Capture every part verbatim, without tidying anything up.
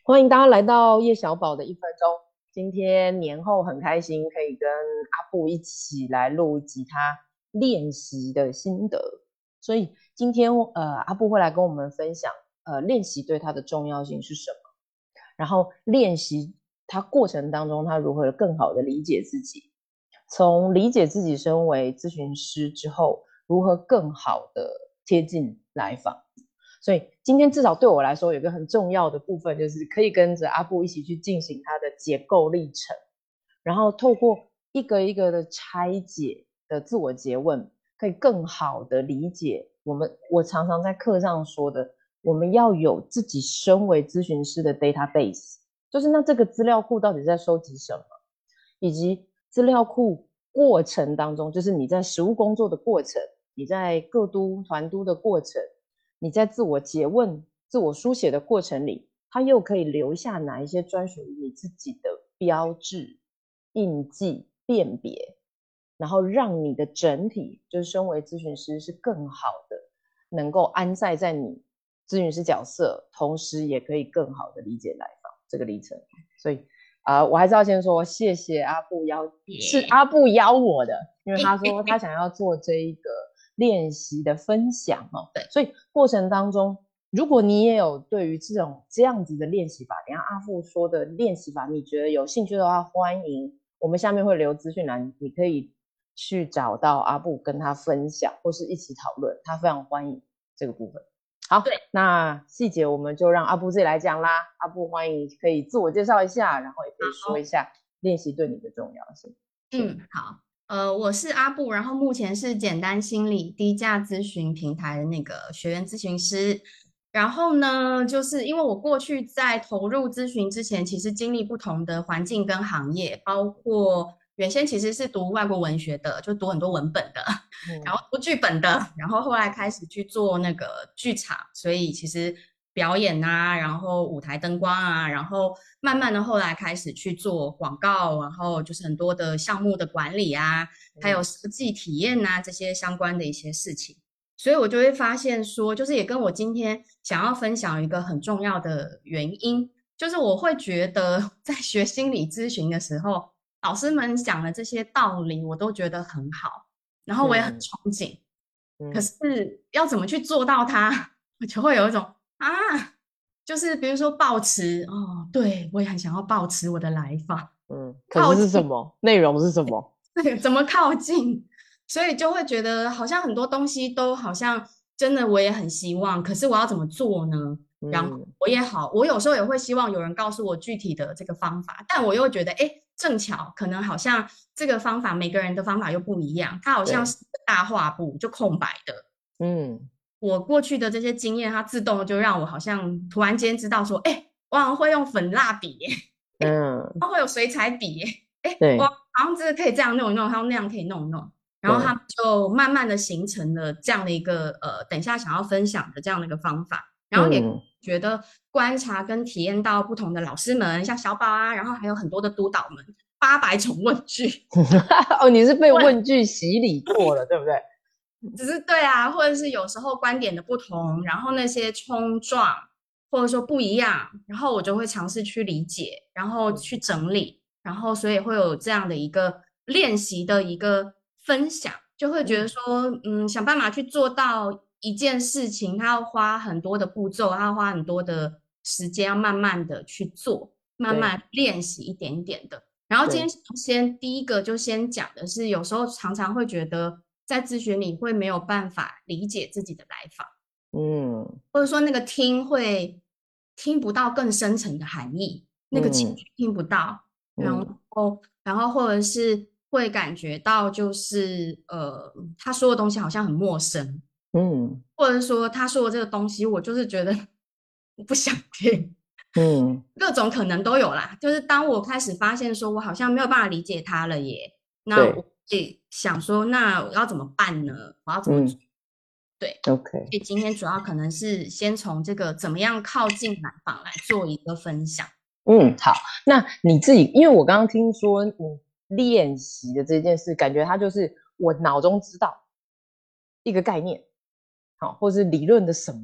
欢迎大家来到叶小宝的一分钟。今天年后很开心，可以跟阿布一起来录吉他练习的心得。所以今天呃，阿布会来跟我们分享呃练习对他的重要性是什么，然后练习他过程当中他如何更好的理解自己，从理解自己身为咨询师之后，如何更好的贴近来访。所以今天至少对我来说有一个很重要的部分，就是可以跟着阿布一起去进行他的结构历程，然后透过一个一个的拆解的自我诘问，可以更好的理解我们我常常在课上说的，我们要有自己身为咨询师的 database， 就是那这个资料库到底在收集什么，以及资料库过程当中，就是你在实务工作的过程，你在各督团督的过程，你在自我诘问、自我书写的过程里，它又可以留下哪一些专属于你自己的标志、印记、辨别，然后让你的整体，就是身为咨询师是更好的，能够安在在你咨询师角色，同时也可以更好的理解来访这个历程。所以啊、呃，我还是要先说谢谢阿布邀，是耶， 阿布邀我的，因为他说他想要做这一个练习的分享哦， 对， 所以过程当中，如果你也有对于这种这样子的练习法，等一下阿布说的练习法，你觉得有兴趣的话，欢迎我们下面会留资讯栏，你可以去找到阿布跟他分享，或是一起讨论，他非常欢迎这个部分。好， 对， 那细节我们就让阿布自己来讲啦。阿布欢迎可以自我介绍一下，然后也可以说一好， 下练习对你的重要性。请。 嗯，好，呃，我是阿布，然后目前是简单心理低价咨询平台的那个学员咨询师。然后呢，就是因为我过去在投入咨询之前，其实经历不同的环境跟行业，包括原先其实是读外国文学的，就读很多文本的，然后嗯读剧本的，然后后来开始去做那个剧场，所以其实表演啊，然后舞台灯光啊，然后慢慢的后来开始去做广告，然后就是很多的项目的管理啊，还有嗯实际体验啊这些相关的一些事情。所以我就会发现说，就是也跟我今天想要分享一个很重要的原因，就是我会觉得在学心理咨询的时候，老师们讲的这些道理，我都觉得很好，然后我也很嗯憧憬。可嗯是要怎么去做到它，我就会有一种啊，就是比如说抱持哦，对我也很想要抱持我的来访， 嗯，可是是什靠近么？内容是什么？ 对，怎么靠近？所以就会觉得好像很多东西都好像真的我也很希望，可是我要怎么做呢？然后嗯， 我也好，我有时候也会希望有人告诉我具体的这个方法，但我又觉得，哎，正巧可能好像这个方法每个人的方法又不一样，它好像对， 是大画布就空白的。 嗯我过去的这些经验，它自动就让我好像突然间知道说，哎，我好像会用粉蜡笔耶， 嗯， 它会有水彩笔耶，哎，我对好像这个可以这样弄一弄，还有那样可以弄一弄，然后他对， 们就慢慢的形成了这样的一个呃，等一下想要分享的这样的一个方法，然后也嗯， 觉得观察跟体验到不同的老师们，像小宝啊，然后还有很多的督导们，八百种问句哦，你是被问， 问句洗礼过了，对不对？ 只是对啊，或者是有时候观点的不同，然后那些冲撞或者说不一样，然后我就会尝试去理解，然后去嗯整理，然后所以会有这样的一个练习的一个分享，就会觉得嗯， 说，嗯，想办法去做到一件事情，它要花很多的步骤，它要花很多的时间，要慢慢的去做，慢对慢练习一点点的。然后今天对， 先第一个就先讲的是，有时候常常会觉得在咨询里会没有办法理解自己的来访， 嗯或者说那个听会听不到更深层的含义，那个情嗯绪听不到，然嗯后然后或者是会感觉到就是呃他说的东西好像很陌生， 嗯或者说他说的这个东西我就是觉得我不想听， 嗯各种可能都有啦。就是当我开始发现说我好像没有办法理解他了耶，那对， 我也想说，那我要怎么办呢？我要怎么做？ 嗯对， ，OK， 所以今天主要可能是先从这个怎么样靠近来访来做一个分享。 嗯，好，那你自己，因为我刚刚听说你练习的这件事，感觉它就是我脑中知道一个概念，好，或是理论的什么，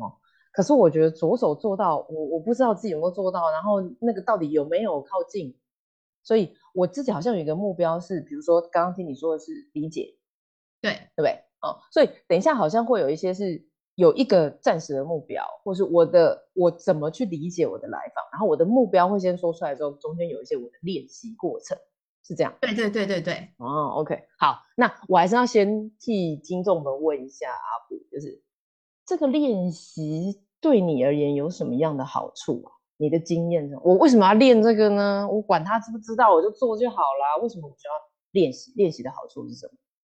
可是我觉得左手做到，我我不知道自己有没有做到，然后那个到底有没有靠近，所以我自己好像有一个目标是，比如说刚刚听你说的是理解， 对对不对？哦，所以等一下好像会有一些是有一个暂时的目标，或是我的我怎么去理解我的来访，然后我的目标会先说出来之后，中间有一些我的练习过程，是这样。 对对对对对， 哦，OK，好，那我还是要先替听众们问一下阿布，就是这个练习对你而言有什么样的好处啊？你的经验上，我为什么要练这个呢？我管他知不知道，我就做就好啦。为什么我需要练习？练习的好处是什么？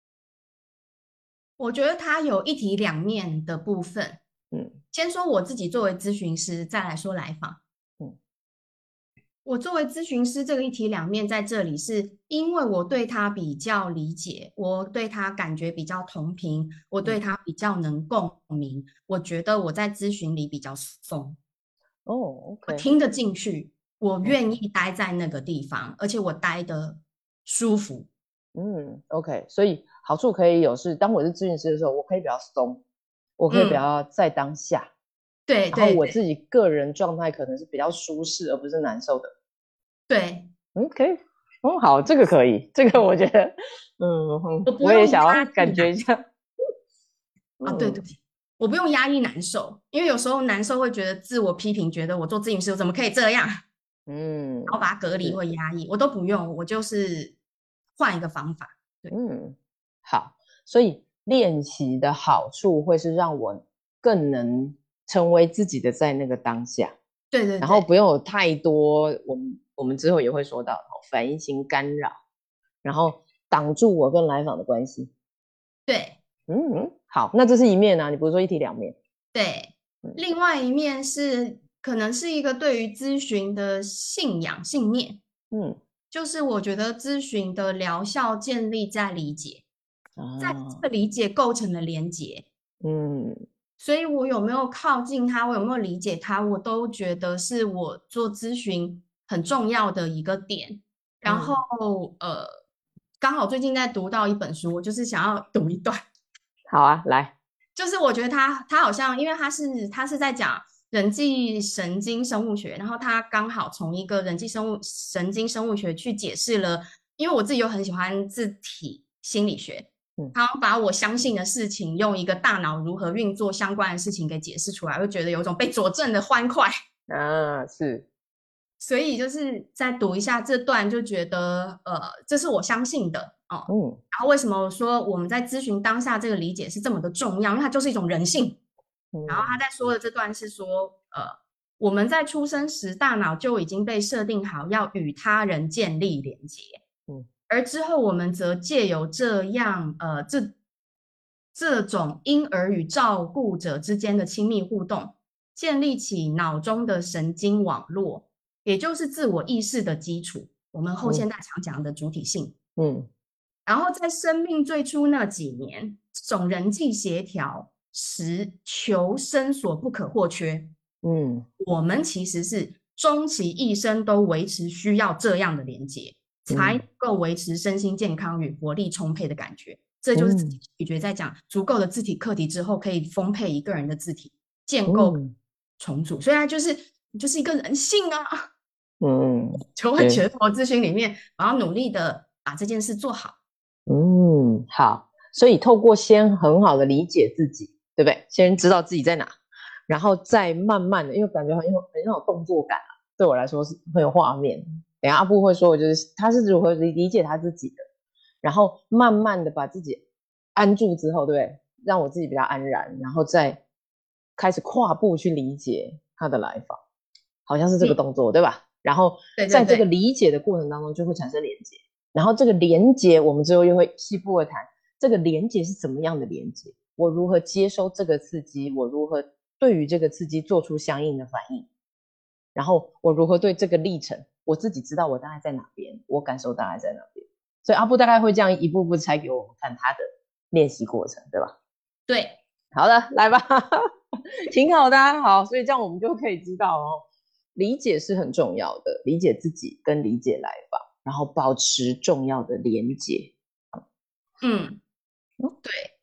我觉得它有一体两面的部分。 嗯先说我自己作为咨询师，再来说来访。 嗯我作为咨询师，这个一体两面在这里，是因为我对他比较理解，我对他感觉比较同频，我对嗯， 他比较能共鸣。我觉得我在咨询里比较松， 哦我 ，OK， 听得进去，我愿 OK， 意待在那个地方，而且我待的舒服。 嗯，OK，所以好处可以有是，当我是咨询师的时候，我可以比较松，我可以比嗯， 较在当下，然后对对对我自己个人状态可能是比较舒适，而不是难受的。 对， 嗯，可以，哦，好，这个可以，这个我觉得，嗯哼， 我不我也用压想要抑难感觉一下， 啊，对对嗯不起，我不用压抑难受，因为有时候难受会觉得自我批评，觉得我做咨询师我怎么可以这样？然后嗯， 把它隔离或是， 压抑，我都不用，我就是换一个方法。对嗯，好，所以练习的好处会是让我更能成为自己的在那个当下，然后对对对不用有太多我们我们之后也会说到反应型干扰，然后挡住我跟来访的关系。 对嗯，好，那这是一面啊，你不是说一体两面？ 对， 嗯另外一面是可能是一个对于咨询的信仰信念， 嗯就是我觉得咨询的疗效建立在理解，在这个啊， 理解构成了连结。 嗯所以我有没有靠近他，我有没有理解他，我都觉得是我做咨询很重要的一个点。然后， 嗯， 呃，刚好最近在读到一本书，我就是想要读一段， 好啊，来， 就是我觉得他他好像，因为他是他是在讲人际神经生物学，然后他刚好从一个人际生物神经生物学去解释了，因为我自己又很喜欢自体心理学， 嗯他把我相信的事情用一个大脑如何运作相关的事情给解释出来，我就觉得有一种被佐证的欢快。 啊，是， 所以就是再读一下这段，就觉得呃，这是我相信的哦。 嗯然后为什么说我们在咨询当下这个理解是这么的重要？因为它就是一种人性。然后他嗯在说的这段是说，呃，我们在出生时大脑就已经被设定好要与他人建立连接， 嗯而之后我们则借由这样呃这这种婴儿与照顾者之间的亲密互动，建立起脑中的神经网络，也就是自我意识的基础。我们后嗯现代常讲的主体性。 嗯然后在生命最初那几年，这种人际协调使求生所不可或缺。 嗯我们其实是终其一生都维持需要这样的连接，才能嗯够维持身心健康与活力充沛的感觉。这就是自嗯体咀嚼在讲足够的自体课题之后，可以丰沛一个人的自体，建构嗯重组。所以它就是就是一个人性啊， 嗯， 就会觉是， 得我咨询里面，我要努力的把这件事做好。 嗯，好，所以透过先很好的理解自己，对不对？先知道自己在哪，然后再慢慢的，因为感觉很有很有动作感啊，对我来说是很有画面。等一下阿布会说，我就是他是如何理理解他自己的，然后慢慢的把自己安住之后，对不对？让我自己比较安然，然后再开始跨步去理解他的来访，好像是这个嗯， 动作，对吧？然后在这个对对对理解的过程当中，就会产生连接。然后这个连接，我们之后又会细部的谈，这个连接是怎么样的连接？我如何接收这个刺激？我如何对于这个刺激做出相应的反应？然后我如何对这个历程，我自己知道我大概在哪边，我感受大概在哪边。所以阿布大概会这样一步步拆给我们看他的练习过程，对吧？ 对， 好的，来吧，挺好的啊，好，所以这样我们就可以知道哦，理解是很重要的，理解自己跟理解来访，然后保持重要的连接。 嗯， 嗯对。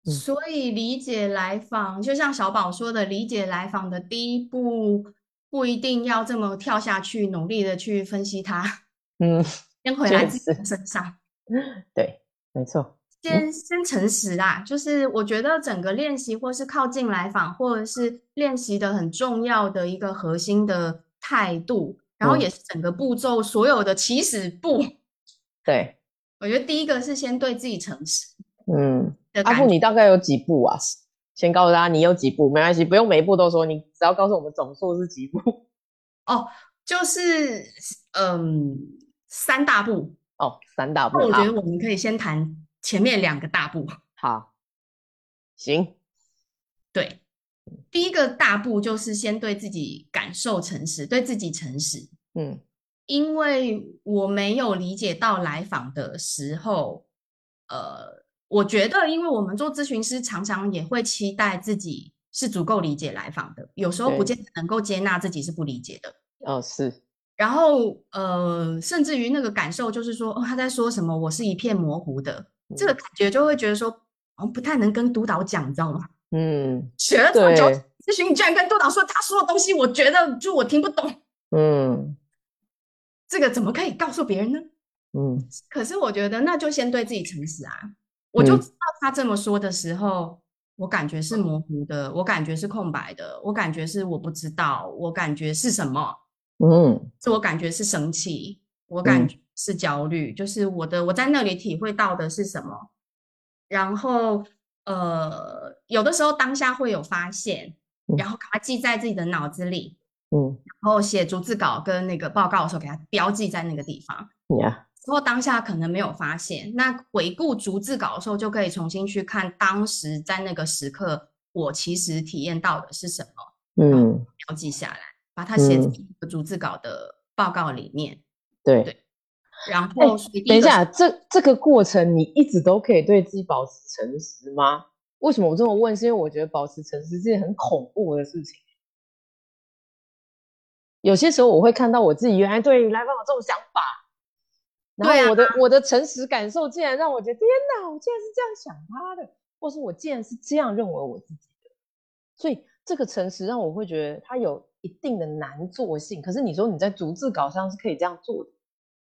嗯所以理解来访，就像小宝说的，理解来访的第一步不一定要这么跳下去，努力的去分析它， 嗯， 先回来自己的确实， 身上。 对，没错。嗯先先诚实啦，就是我觉得整个练习或是靠近来访，或者是练习的很重要的一个核心的态度，然后也嗯， 是整个步骤所有的起始步。 对， 我觉得第一个是先对自己诚实嗯，阿布， 的感觉。 你大概有几步啊？先告诉大家你有几步，没关系，不用每一步都说，你只要告诉我们总数是几步。 哦，就是嗯三大步。 哦，三大步， 那我觉得好， 我们可以先谈前面两个大步。 好，行， 对，第一个大步就是先对自己感受诚实，对自己诚实。 嗯， 因为我没有理解到来访的时候，呃，我觉得，因为我们做咨询师常常也会期待自己是足够理解来访的，有时候不见对， 得能够接纳自己是不理解的。 哦，是， 然后，呃，甚至于那个感受就是说，哦，他在说什么，我是一片模糊的，这个嗯感觉就会觉得说，好像不太能跟督导讲，你知道吗？ 嗯， 学了这么久对， 咨询，你居然跟督导说他说的东西，我觉得就我听不懂， 嗯这个怎么可以告诉别人呢？ 嗯可是我觉得那就先对自己诚实啊，我就知嗯道他这么说的时候，我感觉是模糊的，我感觉是空白的，我感觉是我不知道，我感觉是什么， 嗯是我感觉是生气，我感嗯觉是焦虑，就是我的我在那里体会到的是什么，然后呃，有的时候当下会有发现， 嗯然后把它记在自己的脑子里， 嗯， 然后写逐字稿跟那个报告的时候给它标记在那个地方。 呀， 之后当下可能没有发现，那回顾逐字稿的时候，就可以重新去看当时在那个时刻我其实体验到的是什么，然后嗯标记下来，把它写在嗯， 逐字稿的报告里面。 对。 对，然哎， 后所以第一个是等一下，这这个过程你一直都可以对自己保持诚实吗？为什么我这么问？是因为我觉得保持诚实是件很恐怖的事情。有些时候我会看到我自己原来对来访有这种想法，然后对啊， 我的我的诚实感受竟然让我觉得天哪，我竟然是这样想他的，或是我竟然是这样认为我自己的。所以这个诚实让我会觉得它有一定的难做性。可是你说你在逐字稿上是可以这样做的，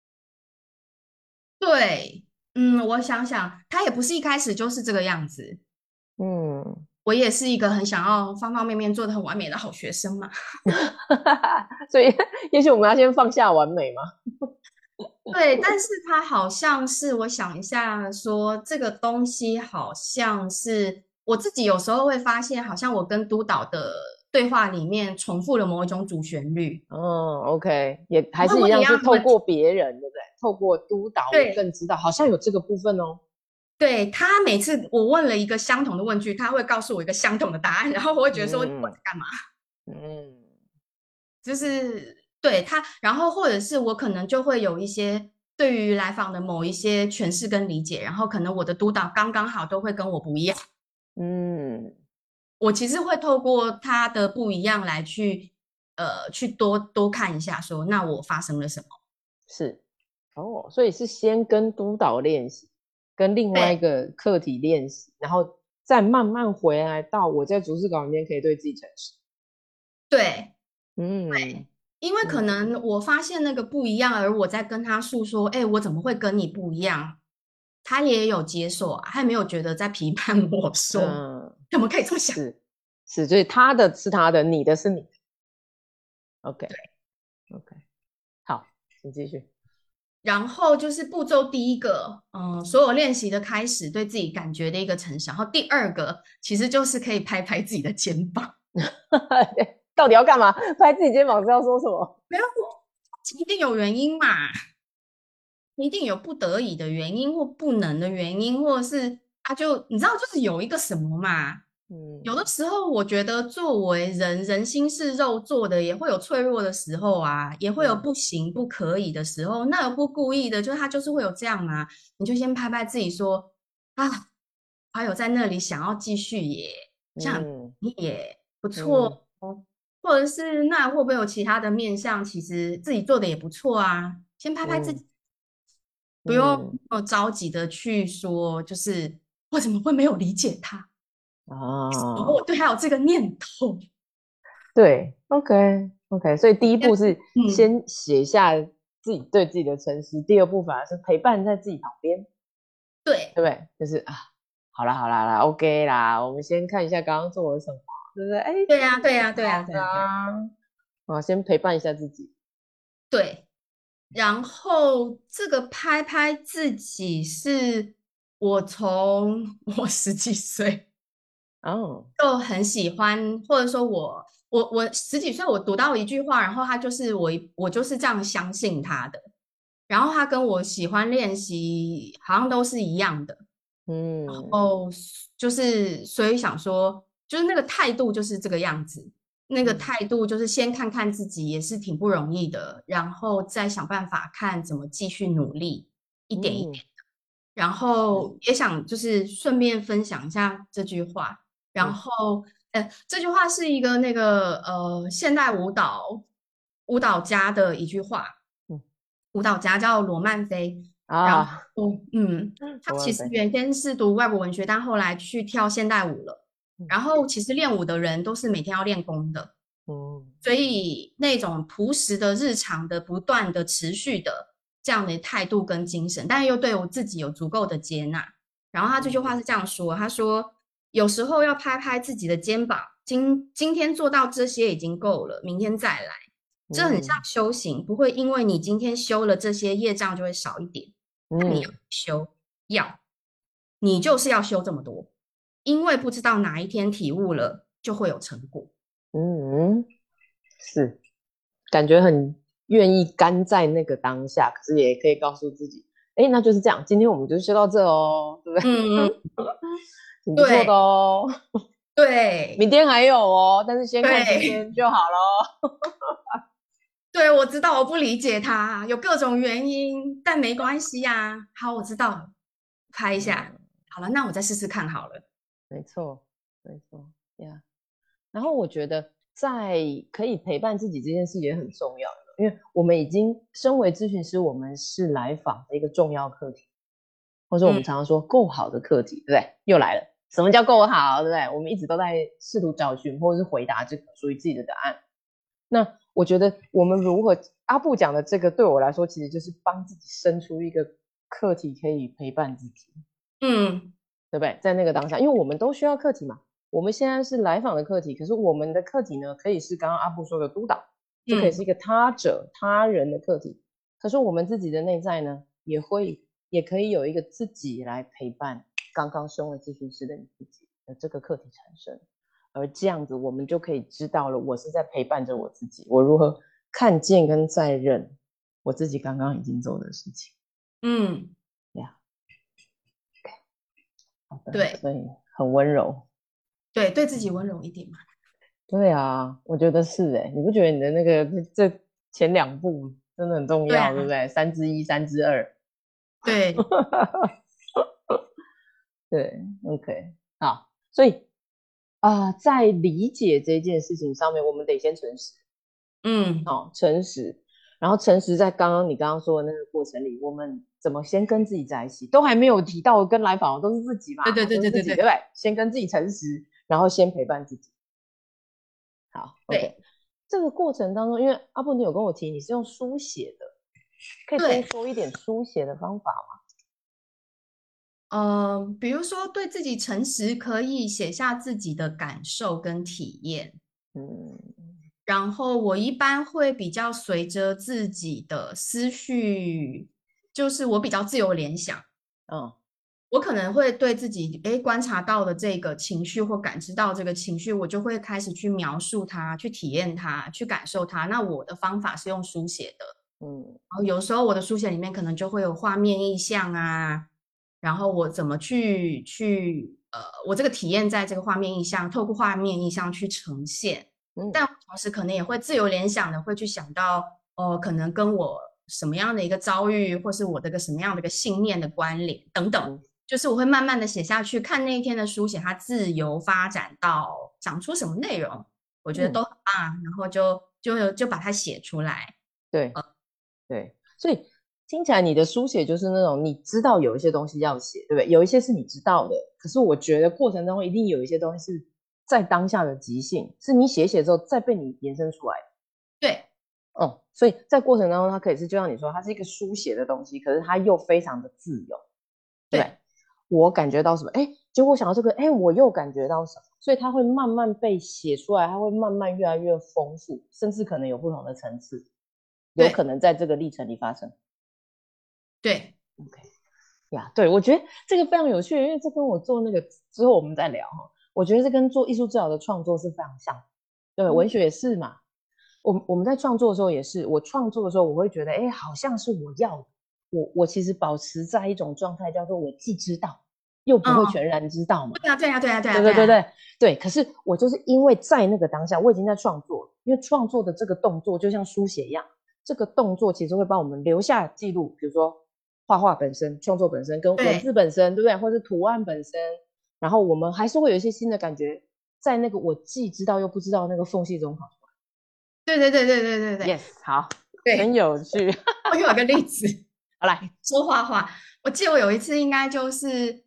对，嗯，我想想，他也不是一开始就是这个样子。 嗯， 我也是一个很想要方方面面做的很完美的好学生嘛。 所以也许我们要先放下完美嘛。 对，但是它好像是，我想一下说，这个东西好像是我自己有时候会发现，好像我跟督导的对话里面重复了某一种主旋律。 哦，OK，也还是一我会问一样是透样的问题， 过别人，对不对？透过督导，我对， 更知道好像有这个部分哦。 对，他每次我问了一个相同的问句，他会告诉我一个相同的答案，然后我会觉得说我嗯在干嘛？ 嗯就是对他，然后或者是我可能就会有一些对于来访的某一些诠释跟理解，然后可能我的督导刚刚好都会跟我不一样。 嗯， 我其实会透过他的不一样来去呃去多多看一下说，那我发生了什么？ 是哦，所以是先跟督导练习，跟另外一对个课题练习，然后再慢慢回来到我在逐字稿里面可以对自己诚实。 对， 嗯因为可嗯能我发现那个不一样，而我在跟他诉说，哎，我怎么会跟你不一样？他也有接受啊，他也没有觉得在批判我说嗯， 怎么可以这么想？ 是是，所以他的是他的，你的是你的。OK OK，好，请继续。 然后就是步骤第一个，嗯、所有练习的开始，对自己感觉的一个诚实。然后第二个，其实就是可以拍拍自己的肩膀， 到底要干嘛？拍自己肩膀是要说什么？ 不要一定有原因嘛，一定有不得已的原因或不能的原因，或者是他就你知道，就是有一个什么嘛。有的嗯时候，我觉得作为人，人心是肉做的，也会有脆弱的时候啊，也会有嗯不行、不可以的时候。那又不故意的，就是他就是会有这样啊。你就先拍拍自己说啊，还有在那里想要继续耶，像嗯你也不嗯错哦，或者是那会不会有其他的面向，其实自己做的也不错啊。先拍拍自嗯己，不用嗯那么着急的去说，就是为什么会没有理解他。 啊， 我对他有这个念头。 对，OK OK，所以第一步是嗯， 先写下自己对自己的诚实，第二步反而是陪伴在自己旁边， 对， 对不对？就是啊，好啦好啦啦，OK 啦，我们先看一下刚刚做了什么，对不对？哎， 对呀，对呀， 这样挺对呀，对好的呀，对呀， 啊，啊，先陪伴一下自己， 对。然后这个拍拍自己是我从我十几岁哦， 就很喜欢，或者说我我我十几岁我读到一句话，然后他就是我一我就是这样相信他的，然后他跟我喜欢练习好像都是一样的。 嗯哦，就是所以想说，就是那个态度就是这个样子，那个嗯态度就是先看看自己也是挺不容易的，然后再想办法看怎么继续努力，一点一嗯， 点的。然是， 后也想就是顺便分享一下这句话，然嗯后呃，这句话是一个那个呃现代舞蹈舞蹈家的一句话， 嗯舞蹈家叫罗曼菲。然后， 啊， 嗯，他其实罗曼菲， 原先是读外国文学，但后来去跳现代舞了。 嗯然后，其实练舞的人都是每天要练功的， 嗯所以那种朴实的、日常的、不断的、持续的这样的态度跟精神，但又对我自己有足够的接纳。然后他这句话是这样说：他说，有时候要拍拍自己的肩膀，今今天做到这些已经够了，明天再来。这很像嗯修行，不会因为你今天修了这些业障就会少一点。那你要嗯修，要，你就是要修这么多，因为不知道哪一天体悟了，就会有成果。 嗯，是。感觉很愿意干在那个当下，可是也可以告诉自己，哎，那就是这样，今天我们就修到这哦，对不对？ 嗯， 挺不错的对哦，明对天还有哦，但是先看今对天就好咯。 对，我知道我不理解他，有各种原因，但没关系呀、好，我知道了，拍一下。 嗯， 好了，那我再试试看好了。 没错，没错呀。然后我觉得在可以陪伴自己这件事也很重要，因为我们已经身为咨询师，我们是来访的一个重要课题。或者我嗯们常常说够好的课题，对不对？又来了，什么叫够好，对不对？我们一直都在试图找寻或者是回答这个属于自己的答案。那我觉得我们如何阿布讲的这个，对我来说其实就是帮自己生出一个课题，可以陪伴自己， 嗯对不对？在那个当下，因为我们都需要课题嘛。我们现在是来访的课题，可是我们的课题呢，可以是刚刚阿布说的督导，这可以是嗯一个他者、他人的课题。可是我们自己的内在呢，也会也可以有一个自己来陪伴刚刚身为咨询师的你自己的这个课题产生。而这样子，我们就可以知道了，我是在陪伴着我自己，我如何看见跟再认我自己刚刚已经做的事情。 嗯， 呀、yeah, 好的， 对所以很温柔。 对，对自己温柔一点嘛。 对啊，我觉得是哎，你不觉得你的那个这前两步真的很重对啊， 要，对不对？三之一，三之二。 对对，OK，好，所以啊、呃在理解这件事情上面，我们得先诚实， 嗯， 哦，诚实，然后诚实在刚刚你刚刚说的那个过程里，我们怎么先跟自己在一起，都还没有提到跟来访的都是自己嘛， 对对对都是自己，对不对对对对？先跟自己诚实，然后先陪伴自己。好，OK， 对这个过程当中，因为阿布你有跟我提你是用书写的，可以多对。 说一点书写的方法吗？ 呃，比如说对自己诚实，可以写下自己的感受跟体验。 嗯然后我一般会比较随着自己的思绪，就是我比较自由联想， 嗯我可能会对自己诶观察到的这个情绪或感知到这个情绪，我就会开始去描述它、去体验它、去感受它。那我的方法是用书写的。 嗯然后有时候我的书写里面可能就会有画面意象啊，然后我怎么去去呃，我这个体验在这个画面意象，透过画面意象去呈现， 嗯但同时可能也会自由联想的会去想到，哦，可能跟我什么样的一个遭遇，或是我的个什么样的一个信念的关联等等， 嗯就是我会慢慢的写下去，看那一天的书写，它自由发展到长出什么内容，我觉得都嗯， 很棒，然后就就就把它写出来。 对对，所以听起来你的书写就是那种你知道有一些东西要写，对不对？有一些是你知道的， 可是我觉得过程当中一定有一些东西是在当下的即兴，是你写写之后再被你延伸出来的。 对， 嗯，所以在过程当中，它可以是就像你说，它是一个书写的东西，可是它又非常的自由，对不对？ 对， 我感觉到什么？哎，结果我想到这个，哎，我又感觉到什么？所以它会慢慢被写出来，它会慢慢越来越丰富，甚至可能有不同的层次，有可对， 能在这个历程里发生。 对， OK，呀，对，我觉得这个非常有趣，因为这跟我做那个之后我们再聊哈。我觉得这跟做艺术治疗的创作是非常像，对，文学也是嘛。我我们在创作的时候也是，我创作的时候我会觉得，哎，好像是我要的，我我其实保持在一种状态，叫做我既知道又不会嗯， 全然知道嘛。 对啊，对啊，对啊，对啊，对啊， 对对对对对，可是我就是因为在那个当下，我已经在创作了，因为创作的这个动作就像书写一样，这个动作其实会帮我们留下记录，比如说画画本身、创作本身跟文字对， 本身，对不对？或是图案本身，然后我们还是会有一些新的感觉，在那个我既知道又不知道那个缝隙中跑出对，对，对，对，对，对， 来。 对， Yes，好，很对， 有趣。 我有一个例子， 好来， 说画画，我记得我有一次应该就是，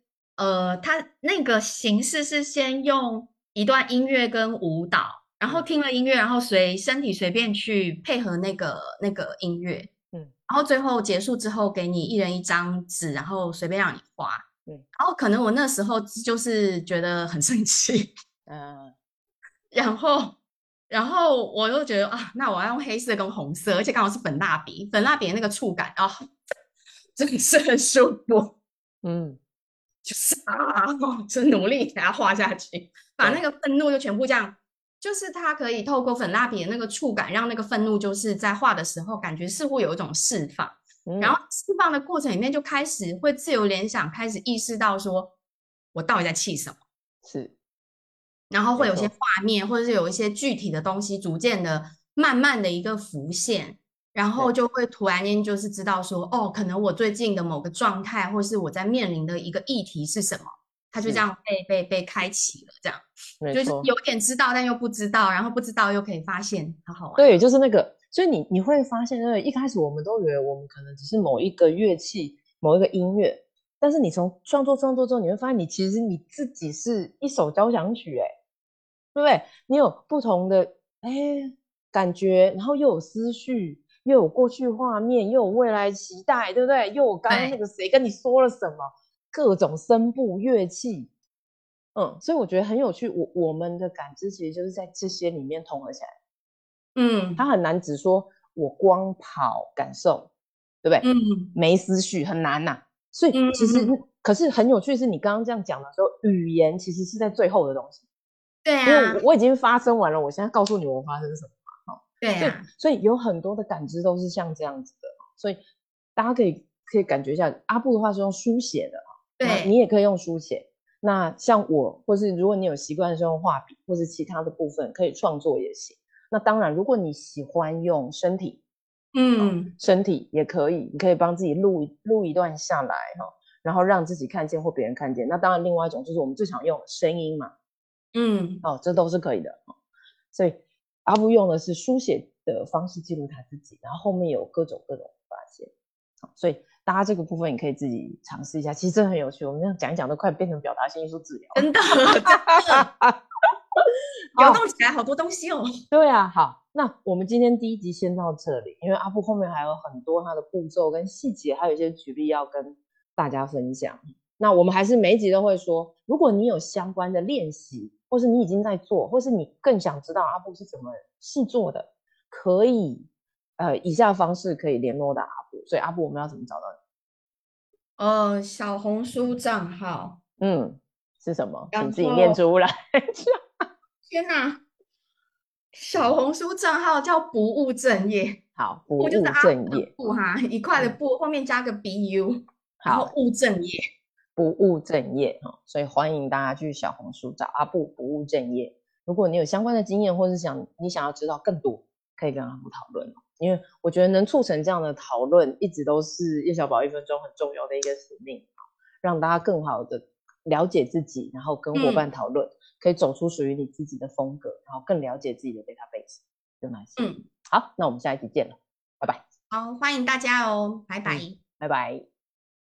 呃，他那个形式是先用一段音乐跟舞蹈，然后嗯听了音乐，然后随身体随便去配合那个那个音乐， 嗯然后最后结束之后给你一人一张纸，然后随便让你画， 嗯然后可能我那时候就是觉得很生气， 嗯， 然后，然后我又觉得啊，那我要用黑色跟红色，而且刚好是粉蜡笔，粉蜡笔的那个触感啊，真的是很舒服， 嗯， 就是啊，就努力给它画下去，把那对， 个愤怒就全部这样，就是它可以透过粉蜡笔的那个触感，让那个愤怒就是在画的时候感觉似乎有一种释放，然后嗯释放的过程里面就开始会自由联想，开始意识到说我到底在气什么。 是然后会有一些没错， 画面，或者是有一些具体的东西，逐渐的、慢慢的一个浮现，然后对， 就会突然间就是知道说，哦，可能我最近的某个状态，或是我在面临的一个议题是什么，它就这是样被被被开启了，这样就是没错。 有点知道，但又不知道，然后不知道又可以发现，好好玩。 对，就是那个，所以你你会发现，对，一开始我们都以为我们可能只是某一个乐器、某一个音乐，但是你从创作创作之后，你会发现，你其实你自己是一首交响曲，哎，对不对？你有不同的哎感觉，然后又有思绪，又有过去画面，又有未来期待，对不对？又有刚刚那对， 个谁跟你说了什么，各种声部乐器，嗯，所以我觉得很有趣。我我们的感知其实就是在这些里面统合起来。它嗯很难只说我光跑感受，对不对？ 嗯没思绪很难呐、啊所以嗯其实， 嗯， 可是很有趣的是，你刚刚这样讲的时候，语言其实是在最后的东西，因为对啊， 我我已经发生完了，我现在告诉你我发生什么嘛，哦，所以对啊， 所以有很多的感知都是像这样子的，所以大家可以可以感觉一下，阿布的话是用书写的，那你对， 也可以用书写。那像我，或是如果你有习惯是用画笔，或是其他的部分可以创作也行。那当然，如果你喜欢用身体， 嗯身体也可以，你可以帮自己录录一段下来哈，然后让自己看见或别人看见。那当然，另外一种就是我们最常用的声音嘛， 嗯。 哦，这都是可以的。所以阿布用的是书写的方式记录他自己，然后后面有各种各种发现。所以大家这个部分也可以自己尝试一下，其实真的很有趣。我们这样讲一讲都快变成表达性艺术治疗了。 真的，真的流动好， 起来好多东西哦。 对啊，好，那我们今天第一集先到这里，因为阿布后面还有很多他的步骤跟细节，还有一些举例要跟大家分享。那我们还是每一集都会说，如果你有相关的练习，或是你已经在做，或是你更想知道阿布是怎么细做的，可以呃以下方式可以联络到阿布。所以阿布我们要怎么找到呃，小红书账号， 你？嗯，是什么？请然自己念后出来。 天哪，小红书账号叫不务正业， 好，不不就是务阿布的正业。 布哈，一块的嗯， 布后面加个 B U，然后好， 务正业。 不务正业哈，所以欢迎大家去小红书找阿布不务正业。如果你有相关的经验，或是想你想要知道更多，可以跟阿布讨论。因为我觉得能促成这样的讨论，一直都是叶小宝一分钟很重要的一个使命，让大家更好的了解自己，然后跟伙伴嗯讨论，可以走出属于你自己的风格，然后更了解自己的 database 有哪些。 嗯， 好，那我们下一集见了，拜拜。 好，欢迎大家哦，拜拜。 嗯，拜拜。